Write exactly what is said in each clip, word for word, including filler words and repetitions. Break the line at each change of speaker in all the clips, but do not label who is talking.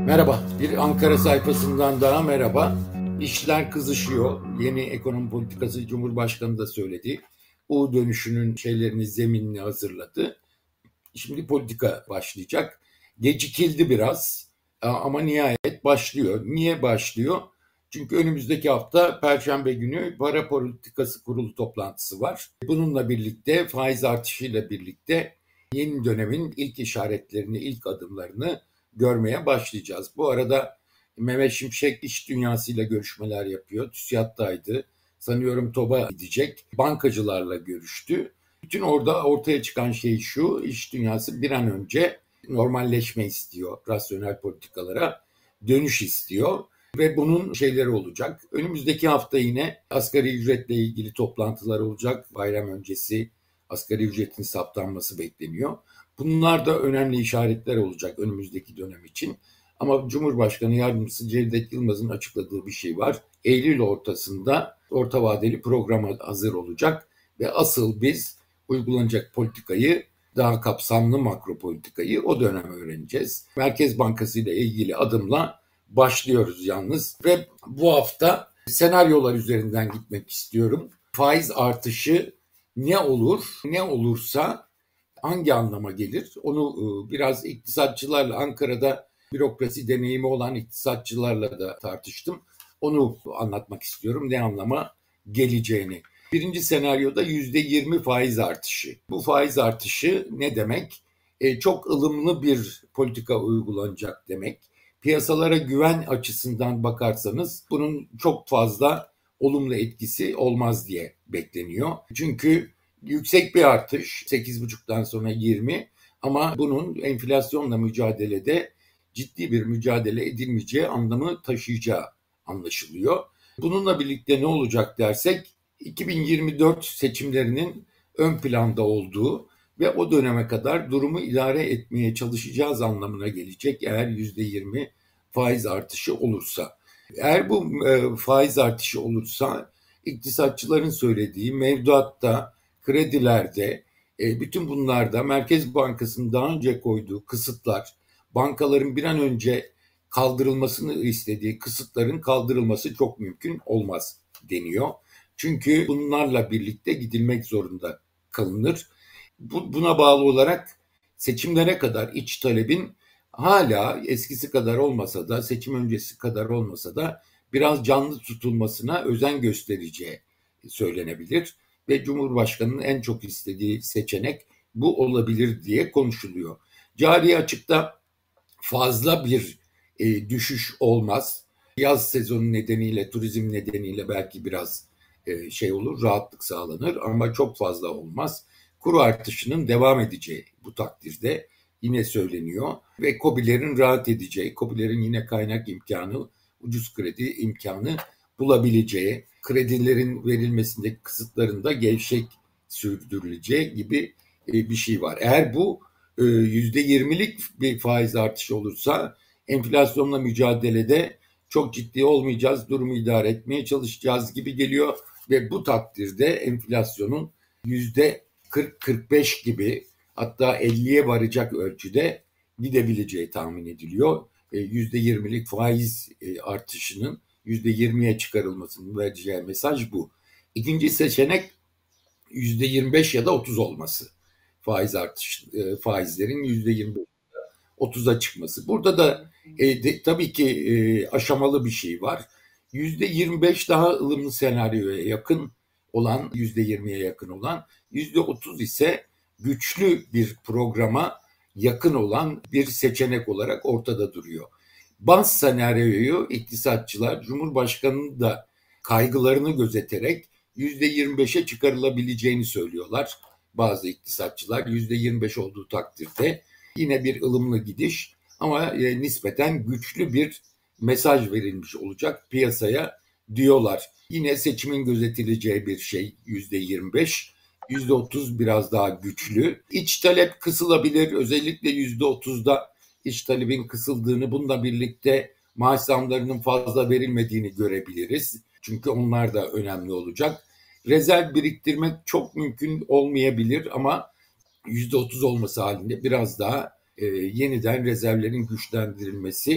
Merhaba, bir Ankara sayfasından daha merhaba. İşler kızışıyor. Yeni ekonomi politikası Cumhurbaşkanı da söyledi. U dönüşünün şeylerini, zeminini hazırladı. Şimdi politika başlayacak. Gecikildi biraz ama nihayet başlıyor. Niye başlıyor? Çünkü önümüzdeki hafta Perşembe günü Para Politikası Kurulu toplantısı var. Bununla birlikte faiz artışıyla birlikte yeni dönemin ilk işaretlerini, ilk adımlarını görmeye başlayacağız. Bu arada Mehmet Şimşek iş dünyasıyla görüşmeler yapıyor. TÜSİAD'daydı. Sanıyorum TOB'a gidecek. Bankacılarla görüştü. Bütün orada ortaya çıkan şey şu: iş dünyası bir an önce normalleşme istiyor. Rasyonel politikalara dönüş istiyor. Ve bunun şeyleri olacak. Önümüzdeki hafta yine asgari ücretle ilgili toplantılar olacak. Bayram öncesi asgari ücretin saptanması bekleniyor. Bunlar da önemli işaretler olacak önümüzdeki dönem için. Ama Cumhurbaşkanı Yardımcısı Cevdet Yılmaz'ın açıkladığı bir şey var. Eylül ortasında orta vadeli programa hazır olacak ve asıl biz uygulanacak politikayı, daha kapsamlı makro politikayı o dönem öğreneceğiz. Merkez Bankası ile ilgili adımla başlıyoruz yalnız ve bu hafta senaryolar üzerinden gitmek istiyorum. Faiz artışı ne olur? Ne olursa hangi anlama gelir? Onu biraz iktisatçılarla, Ankara'da bürokrasi deneyimi olan iktisatçılarla da tartıştım. Onu anlatmak istiyorum, ne anlama geleceğini. Birinci senaryoda yüzde yirmi faiz artışı. Bu faiz artışı ne demek? E, çok ılımlı bir politika uygulanacak demek. Piyasalara güven açısından bakarsanız bunun çok fazla olumlu etkisi olmaz diye bekleniyor. Çünkü yüksek bir artış, sekiz buçuktan sonra yirmi, ama bunun enflasyonla mücadelede ciddi bir mücadele edilmeyeceği anlamı taşıyacağı anlaşılıyor. Bununla birlikte ne olacak dersek, iki bin yirmi dört seçimlerinin ön planda olduğu ve o döneme kadar durumu idare etmeye çalışacağız anlamına gelecek eğer yüzde yirmi faiz artışı olursa. Eğer bu e, faiz artışı olursa, iktisatçıların söylediği mevduatta, kredilerde, e, bütün bunlarda Merkez Bankası'nın daha önce koyduğu kısıtlar, bankaların bir an önce kaldırılmasını istediği kısıtların kaldırılması çok mümkün olmaz deniyor. Çünkü bunlarla birlikte gidilmek zorunda kalınır. Bu, buna bağlı olarak seçimlere kadar iç talebin hala eskisi kadar olmasa da, seçim öncesi kadar olmasa da biraz canlı tutulmasına özen göstereceği söylenebilir. Ve Cumhurbaşkanı'nın en çok istediği seçenek bu olabilir diye konuşuluyor. Cari açıkta fazla bir e, düşüş olmaz. Yaz sezonu nedeniyle, turizm nedeniyle belki biraz e, şey olur, rahatlık sağlanır ama çok fazla olmaz. Kuru artışının devam edeceği bu takdirde yine söyleniyor ve KOBİ'lerin rahat edeceği, KOBİ'lerin yine kaynak imkanı, ucuz kredi imkanı bulabileceği, kredilerin verilmesindeki kısıtların da gevşek sürdürüleceği gibi e, bir şey var. Eğer bu yüzde yirmilik bir faiz artışı olursa, enflasyonla mücadelede çok ciddi olmayacağız, durumu idare etmeye çalışacağız gibi geliyor ve bu takdirde enflasyonun yüzde kırk kırk beş gibi, hatta elliye varacak ölçüde gidebileceği tahmin ediliyor. yüzde yirmilik faiz artışının yüzde yirmiye çıkarılmasının vereceği mesaj bu. İkinci seçenek yüzde yirmi beş ya da otuz olması. Faiz artış, faizlerin yüzde yirmi beş otuza çıkması. Burada da e, de, tabii ki e, aşamalı bir şey var. yüzde yirmi beş daha ılımlı senaryoya yakın olan, yüzde yirmiye yakın olan, yüzde otuz ise güçlü bir programa yakın olan bir seçenek olarak ortada duruyor. Baz senaryoyu iktisatçılar Cumhurbaşkanı'nın da kaygılarını gözeterek yüzde yirmi beşe çıkarılabileceğini söylüyorlar. Bazı iktisatçılar yüzde yirmi beş olduğu takdirde yine bir ılımlı gidiş ama e, nispeten güçlü bir mesaj verilmiş olacak piyasaya diyorlar. Yine seçimin gözetileceği bir şey yüzde yirmi beş, yüzde otuz biraz daha güçlü. İç talep kısılabilir, özellikle yüzde otuzda iç talebin kısıldığını, bununla birlikte maaş zamlarının fazla verilmediğini görebiliriz. Çünkü onlar da önemli olacak. Rezerv biriktirmek çok mümkün olmayabilir ama yüzde otuz olması halinde biraz daha e, yeniden rezervlerin güçlendirilmesi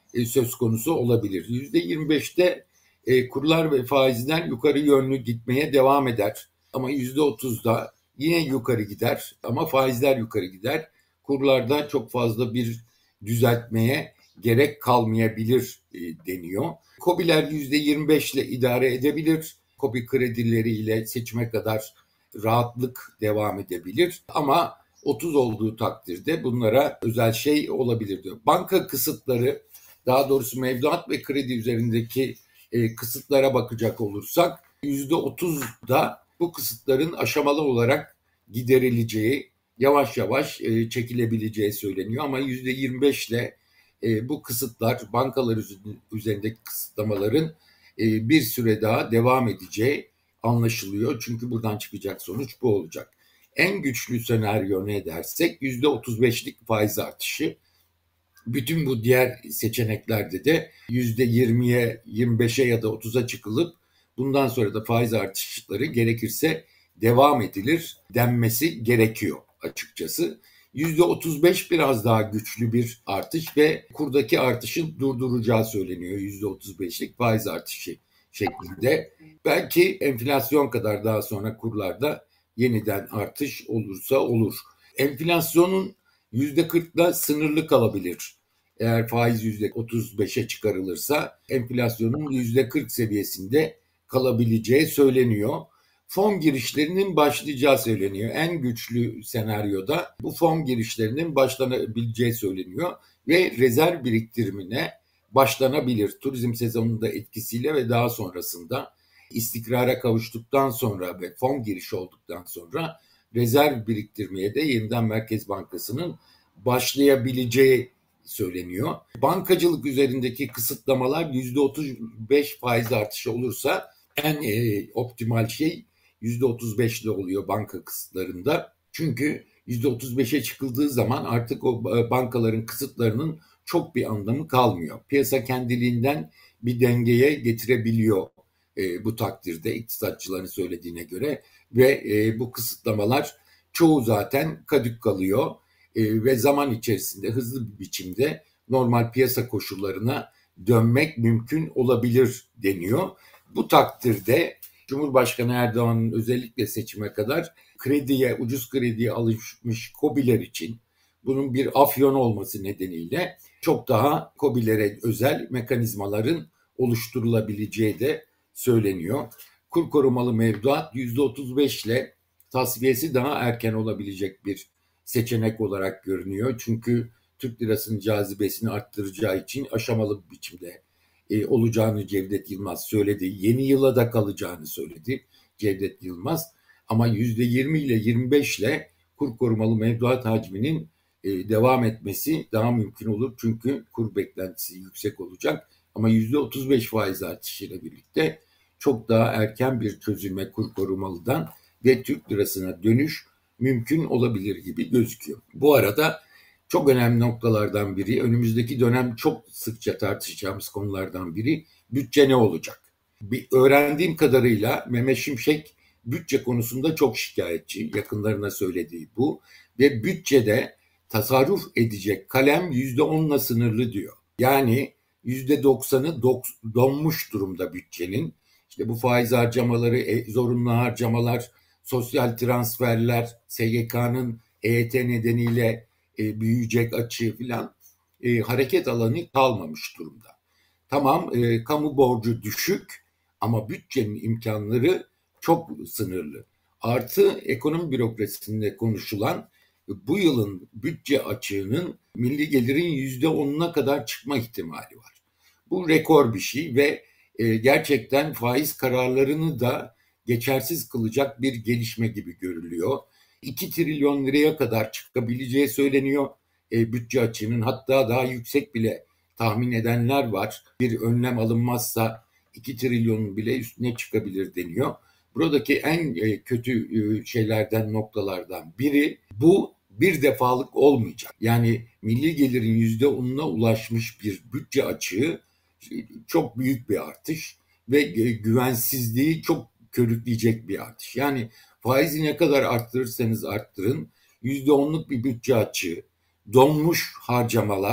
e, söz konusu olabilir. yüzde yirmi beşte e, kurlar ve faizler yukarı yönlü gitmeye devam eder. Ama yüzde otuzda yine yukarı gider ama faizler yukarı gider. Kurlarda çok fazla bir düzeltmeye gerek kalmayabilir e, deniyor. KOBİ'ler yüzde yirmi beş ile idare edebilir. KOBİ kredileriyle seçime kadar rahatlık devam edebilir. Ama otuz olduğu takdirde bunlara özel şey olabilir diyor. Banka kısıtları, daha doğrusu mevduat ve kredi üzerindeki e, kısıtlara bakacak olursak yüzde otuzda bu kısıtların aşamalı olarak giderileceği, yavaş yavaş e, çekilebileceği söyleniyor. Ama yüzde yirmi beş ile e, bu kısıtlar, bankalar üzerindeki kısıtlamaların e, bir süre daha devam edeceği anlaşılıyor. Çünkü buradan çıkacak sonuç bu olacak. En güçlü senaryo ne dersek yüzde otuz beşlik faiz artışı. Bütün bu diğer seçeneklerde de yüzde yirmiye, yirmi beşe ya da otuza çıkılıp bundan sonra da faiz artışları gerekirse devam edilir denmesi gerekiyor açıkçası. yüzde otuz beş biraz daha güçlü bir artış ve kurdaki artışın durduracağı söyleniyor. yüzde otuz beşlik faiz artışı şeklinde. Belki enflasyon kadar daha sonra kurlarda yeniden artış olursa olur. Enflasyonun yüzde kırkla sınırlı kalabilir. Eğer faiz yüzde otuz beşe çıkarılırsa enflasyonun yüzde kırk seviyesinde kalabileceği söyleniyor. Fon girişlerinin başlayacağı söyleniyor. En güçlü senaryoda bu fon girişlerinin başlanabileceği söyleniyor ve rezerv biriktirimine başlanabilir. Turizm sezonunda etkisiyle ve daha sonrasında istikrara kavuştuktan sonra ve fon girişi olduktan sonra rezerv biriktirmeye de yeniden Merkez Bankası'nın başlayabileceği söyleniyor. Bankacılık üzerindeki kısıtlamalar yüzde otuz beş faiz artışı olursa en e, optimal şey yüzde otuz beşli oluyor banka kısıtlarında. Çünkü yüzde otuz beşe çıkıldığı zaman artık o bankaların kısıtlarının çok bir anlamı kalmıyor. Piyasa kendiliğinden bir dengeye getirebiliyor e, bu takdirde iktisatçıların söylediğine göre ve e, bu kısıtlamalar çoğu zaten kadük kalıyor e, ve zaman içerisinde hızlı bir biçimde normal piyasa koşullarına dönmek mümkün olabilir deniyor. Bu takdirde Cumhurbaşkanı Erdoğan'ın özellikle seçime kadar krediye, ucuz krediye alışmış KOBİ'ler için bunun bir afyon olması nedeniyle çok daha KOBİ'lere özel mekanizmaların oluşturulabileceği de söyleniyor. Kur korumalı mevduat yüzde otuz beş ile tasfiyesi daha erken olabilecek bir seçenek olarak görünüyor. Çünkü Türk lirasının cazibesini arttıracağı için aşamalı bir biçimde e, olacağını Cevdet Yılmaz söyledi. Yeni yıla da kalacağını söyledi Cevdet Yılmaz. Ama yüzde yirmi ile yirmi beş ile kur korumalı mevduat hacminin e, devam etmesi daha mümkün olur. Çünkü kur beklentisi yüksek olacak. Ama yüzde otuz beş faiz artışıyla birlikte çok daha erken bir çözülme kur korumalıdan ve Türk lirasına dönüş mümkün olabilir gibi gözüküyor. Bu arada çok önemli noktalardan biri, önümüzdeki dönem çok sıkça tartışacağımız konulardan biri bütçe ne olacak? Bir öğrendiğim kadarıyla Mehmet Şimşek bütçe konusunda çok şikayetçi, yakınlarına söylediği bu ve bütçede tasarruf edecek kalem yüzde onla sınırlı diyor. Yani yüzde doksanı donmuş durumda bütçenin. İşte bu faiz harcamaları, zorunlu harcamalar, sosyal transferler, S G K'nın E Y T nedeniyle e, büyüyecek açığı filan e, hareket alanı kalmamış durumda. Tamam, e, kamu borcu düşük ama bütçenin imkanları çok sınırlı. Artı ekonomi bürokrasisinde konuşulan bu yılın bütçe açığının milli gelirin yüzde onuna kadar çıkma ihtimali var. Bu rekor bir şey ve e, gerçekten faiz kararlarını da geçersiz kılacak bir gelişme gibi görülüyor. iki trilyon liraya kadar çıkabileceği söyleniyor e, bütçe açığının, hatta daha yüksek bile tahmin edenler var. Bir önlem alınmazsa iki trilyonun bile üstüne çıkabilir deniyor. Buradaki en e, kötü e, şeylerden, noktalardan biri bu bir defalık olmayacak. Yani milli gelirin yüzde onuna ulaşmış bir bütçe açığı çok büyük bir artış ve e, güvensizliği çok körükleyecek bir artış. Yani faizi ne kadar arttırırsanız arttırın yüzde onluk bir bütçe açığı, donmuş harcamalar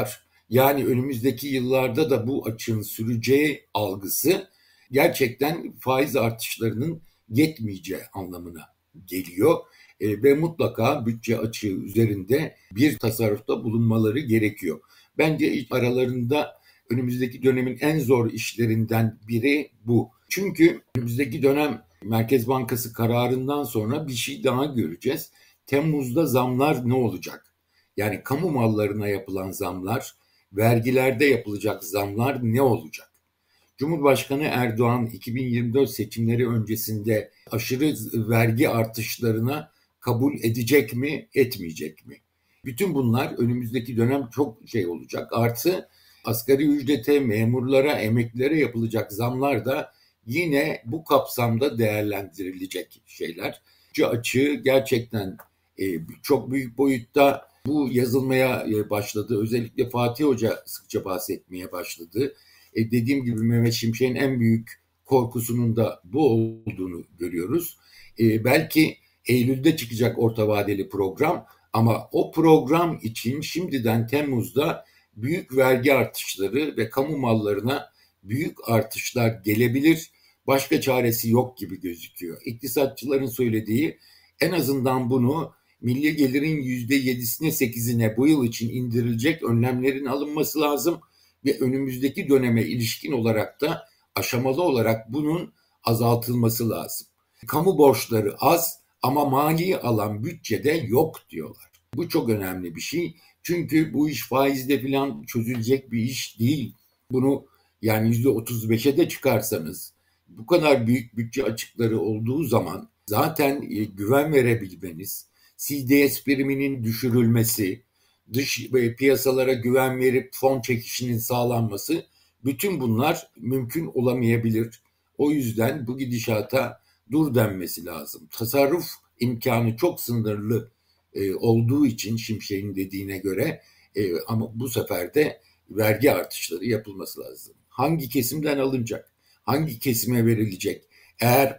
Yani önümüzdeki yıllarda da bu açığın süreceği algısı gerçekten faiz artışlarının yetmeyeceği anlamına geliyor. E, ve mutlaka bütçe açığı üzerinde bir tasarrufta bulunmaları gerekiyor. Bence aralarında önümüzdeki dönemin en zor işlerinden biri bu. Çünkü önümüzdeki dönem Merkez Bankası kararından sonra bir şey daha göreceğiz. Temmuz'da zamlar ne olacak? Yani kamu mallarına yapılan zamlar, vergilerde yapılacak zamlar ne olacak? Cumhurbaşkanı Erdoğan iki bin yirmi dört seçimleri öncesinde aşırı vergi artışlarına kabul edecek mi, etmeyecek mi? Bütün bunlar önümüzdeki dönem çok şey olacak. Artı asgari ücrete, memurlara, emeklilere yapılacak zamlar da yine bu kapsamda değerlendirilecek şeyler. Bütçe açığı gerçekten e, çok büyük boyutta bu yazılmaya başladı. Özellikle Fatih Hoca sıkça bahsetmeye başladı. E, dediğim gibi Mehmet Şimşek'in en büyük korkusunun da bu olduğunu görüyoruz. E, belki Eylül'de çıkacak orta vadeli program ama o program için şimdiden Temmuz'da büyük vergi artışları ve kamu mallarına büyük artışlar gelebilir. Başka çaresi yok gibi gözüküyor. İktisatçıların söylediği en azından bunu milli gelirin yüzde yedisine sekizine bu yıl için indirilecek önlemlerin alınması lazım ve önümüzdeki döneme ilişkin olarak da aşamalı olarak bunun azaltılması lazım. Kamu borçları az ama mali alan bütçede yok diyorlar. Bu çok önemli bir şey. Çünkü bu iş faizle falan çözülecek bir iş değil. Bunu yani yüzde otuz beşe de çıkarsanız bu kadar büyük bütçe açıkları olduğu zaman zaten e, güven verebilmeniz, C D S priminin düşürülmesi, dış piyasalara güven verip fon çekişinin sağlanması, bütün bunlar mümkün olamayabilir. O yüzden bu gidişata dur denmesi lazım. Tasarruf imkanı çok sınırlı e, olduğu için Şimşek'in dediğine göre e, ama bu sefer de vergi artışları yapılması lazım. Hangi kesimden alınacak? Hangi kesime verilecek? Eğer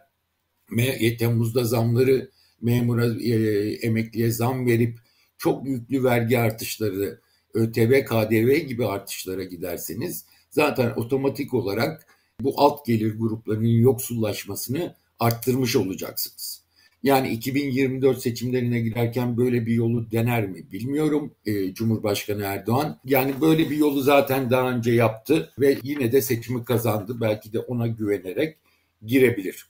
Temmuz'da zamları memura, e, emekliye zam verip çok yüklü vergi artışları, ÖTV, K D V gibi artışlara giderseniz zaten otomatik olarak bu alt gelir gruplarının yoksullaşmasını arttırmış olacaksınız. Yani iki bin yirmi dört seçimlerine girerken böyle bir yolu dener mi bilmiyorum e, Cumhurbaşkanı Erdoğan. Yani böyle bir yolu zaten daha önce yaptı ve yine de seçimi kazandı. Belki de ona güvenerek girebilir.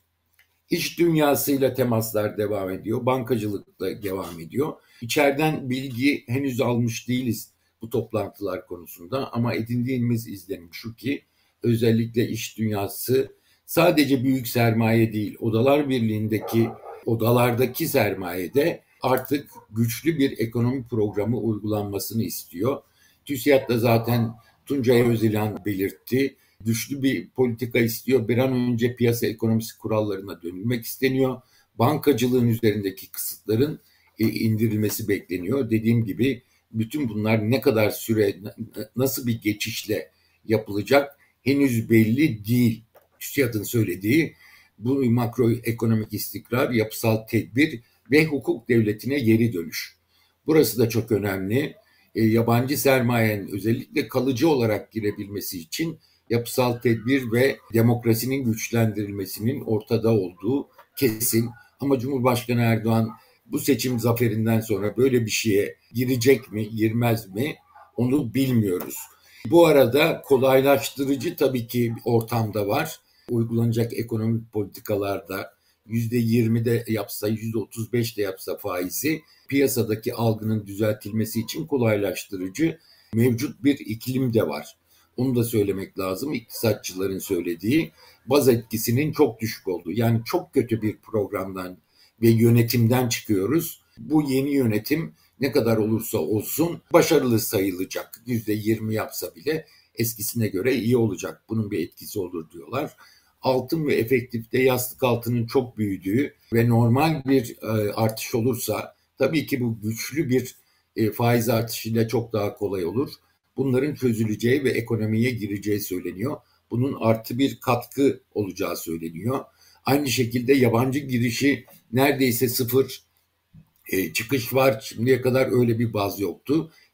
İş dünyasıyla temaslar devam ediyor. Bankacılıkla devam ediyor. İçeriden bilgi henüz almış değiliz bu toplantılar konusunda ama edindiğimiz izlenim şu ki özellikle iş dünyası sadece büyük sermaye değil, Odalar Birliği'ndeki odalardaki sermayede artık güçlü bir ekonomi programı uygulanmasını istiyor. TÜSİAD da zaten Tuncay Özilan belirtti. Güçlü bir politika istiyor. Bir an önce piyasa ekonomisi kurallarına dönülmek isteniyor. Bankacılığın üzerindeki kısıtların e, indirilmesi bekleniyor. Dediğim gibi bütün bunlar ne kadar süre, nasıl bir geçişle yapılacak henüz belli değil. TÜSİAD'ın söylediği bu makroekonomik istikrar, yapısal tedbir ve hukuk devletine geri dönüş. Burası da çok önemli. E, yabancı sermayenin özellikle kalıcı olarak girebilmesi için yapısal tedbir ve demokrasinin güçlendirilmesinin ortada olduğu kesin. Ama Cumhurbaşkanı Erdoğan bu seçim zaferinden sonra böyle bir şeye girecek mi, girmez mi onu bilmiyoruz. Bu arada kolaylaştırıcı tabii ki ortamda var. Uygulanacak ekonomik politikalarda yüzde yirmi de yapsa, yüzde otuz beş de yapsa faizi piyasadaki algının düzeltilmesi için kolaylaştırıcı mevcut bir iklim de var. Onu da söylemek lazım. İktisatçıların söylediği baz etkisinin çok düşük olduğu. Yani çok kötü bir programdan ve yönetimden çıkıyoruz. Bu yeni yönetim ne kadar olursa olsun başarılı sayılacak. yüzde yirmi yapsa bile eskisine göre iyi olacak. Bunun bir etkisi olur diyorlar. Altın ve efektifte yastık altının çok büyüdüğü ve normal bir artış olursa tabii ki bu güçlü bir faiz artışıyla çok daha kolay olur. Bunların çözüleceği ve ekonomiye gireceği söyleniyor. Bunun artı bir katkı olacağı söyleniyor. Aynı şekilde yabancı girişi neredeyse sıfır, e, çıkış var. Şimdiye kadar öyle bir baz yoktu.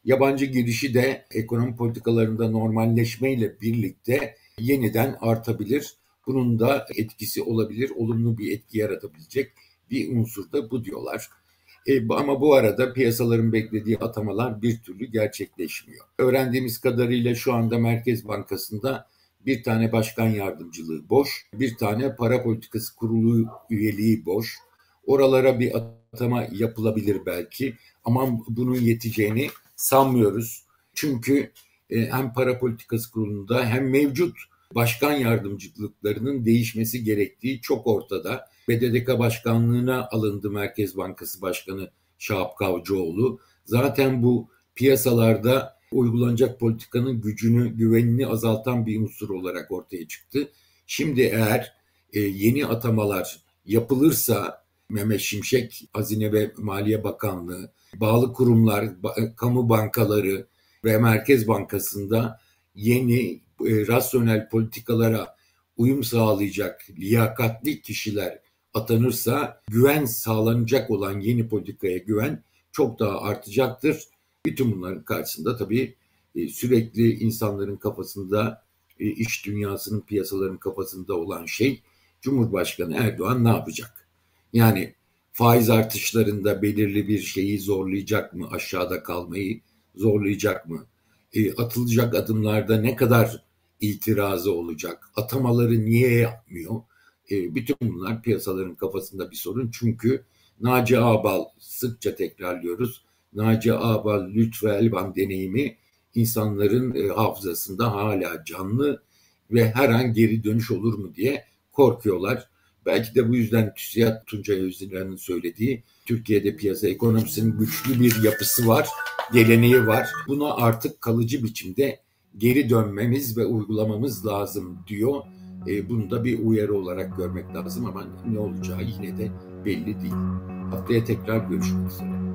Yabancı girişi de ekonomi politikalarında normalleşmeyle birlikte yeniden artabilir. Bunun da etkisi olabilir, olumlu bir etki yaratabilecek bir unsur da bu diyorlar. E, ama bu arada piyasaların beklediği atamalar bir türlü gerçekleşmiyor. Öğrendiğimiz kadarıyla şu anda Merkez Bankası'nda bir tane başkan yardımcılığı boş, bir tane para politikası kurulu üyeliği boş. Oralara bir atama yapılabilir belki ama bunun yeteceğini sanmıyoruz. Çünkü e, hem para politikası kurulunda hem mevcut başkan yardımcılıklarının değişmesi gerektiği çok ortada. B D D K başkanlığına alındı Merkez Bankası Başkanı Şahap Kavcıoğlu. Zaten bu piyasalarda uygulanacak politikanın gücünü, güvenini azaltan bir unsur olarak ortaya çıktı. Şimdi eğer e, yeni atamalar yapılırsa Mehmet Şimşek, Hazine ve Maliye Bakanlığı, bağlı kurumlar, ba- kamu bankaları ve Merkez Bankası'nda yeni e, rasyonel politikalara uyum sağlayacak liyakatli kişiler atanırsa güven sağlanacak olan yeni politikaya güven çok daha artacaktır. Bütün bunların karşısında tabii e, sürekli insanların kafasında, e, iş dünyasının, piyasaların kafasında olan şey Cumhurbaşkanı Erdoğan ne yapacak? Yani faiz artışlarında belirli bir şeyi zorlayacak mı? Aşağıda kalmayı zorlayacak mı? E, atılacak adımlarda ne kadar itirazı olacak? Atamaları niye yapmıyor? E, bütün bunlar piyasaların kafasında bir sorun. Çünkü Naci Ağbal, sıkça tekrarlıyoruz, Naci Ağbal Lütfü Elvan deneyimi insanların e, hafızasında hala canlı ve her an geri dönüş olur mu diye korkuyorlar. Belki de bu yüzden TÜSİAD, Tuncay Özdiler'in söylediği, Türkiye'de piyasa ekonomisinin güçlü bir yapısı var, geleneği var. Buna artık kalıcı biçimde geri dönmemiz ve uygulamamız lazım diyor. E, bunu da bir uyarı olarak görmek lazım ama ne olacağı yine de belli değil. Haftaya tekrar görüşmek üzere.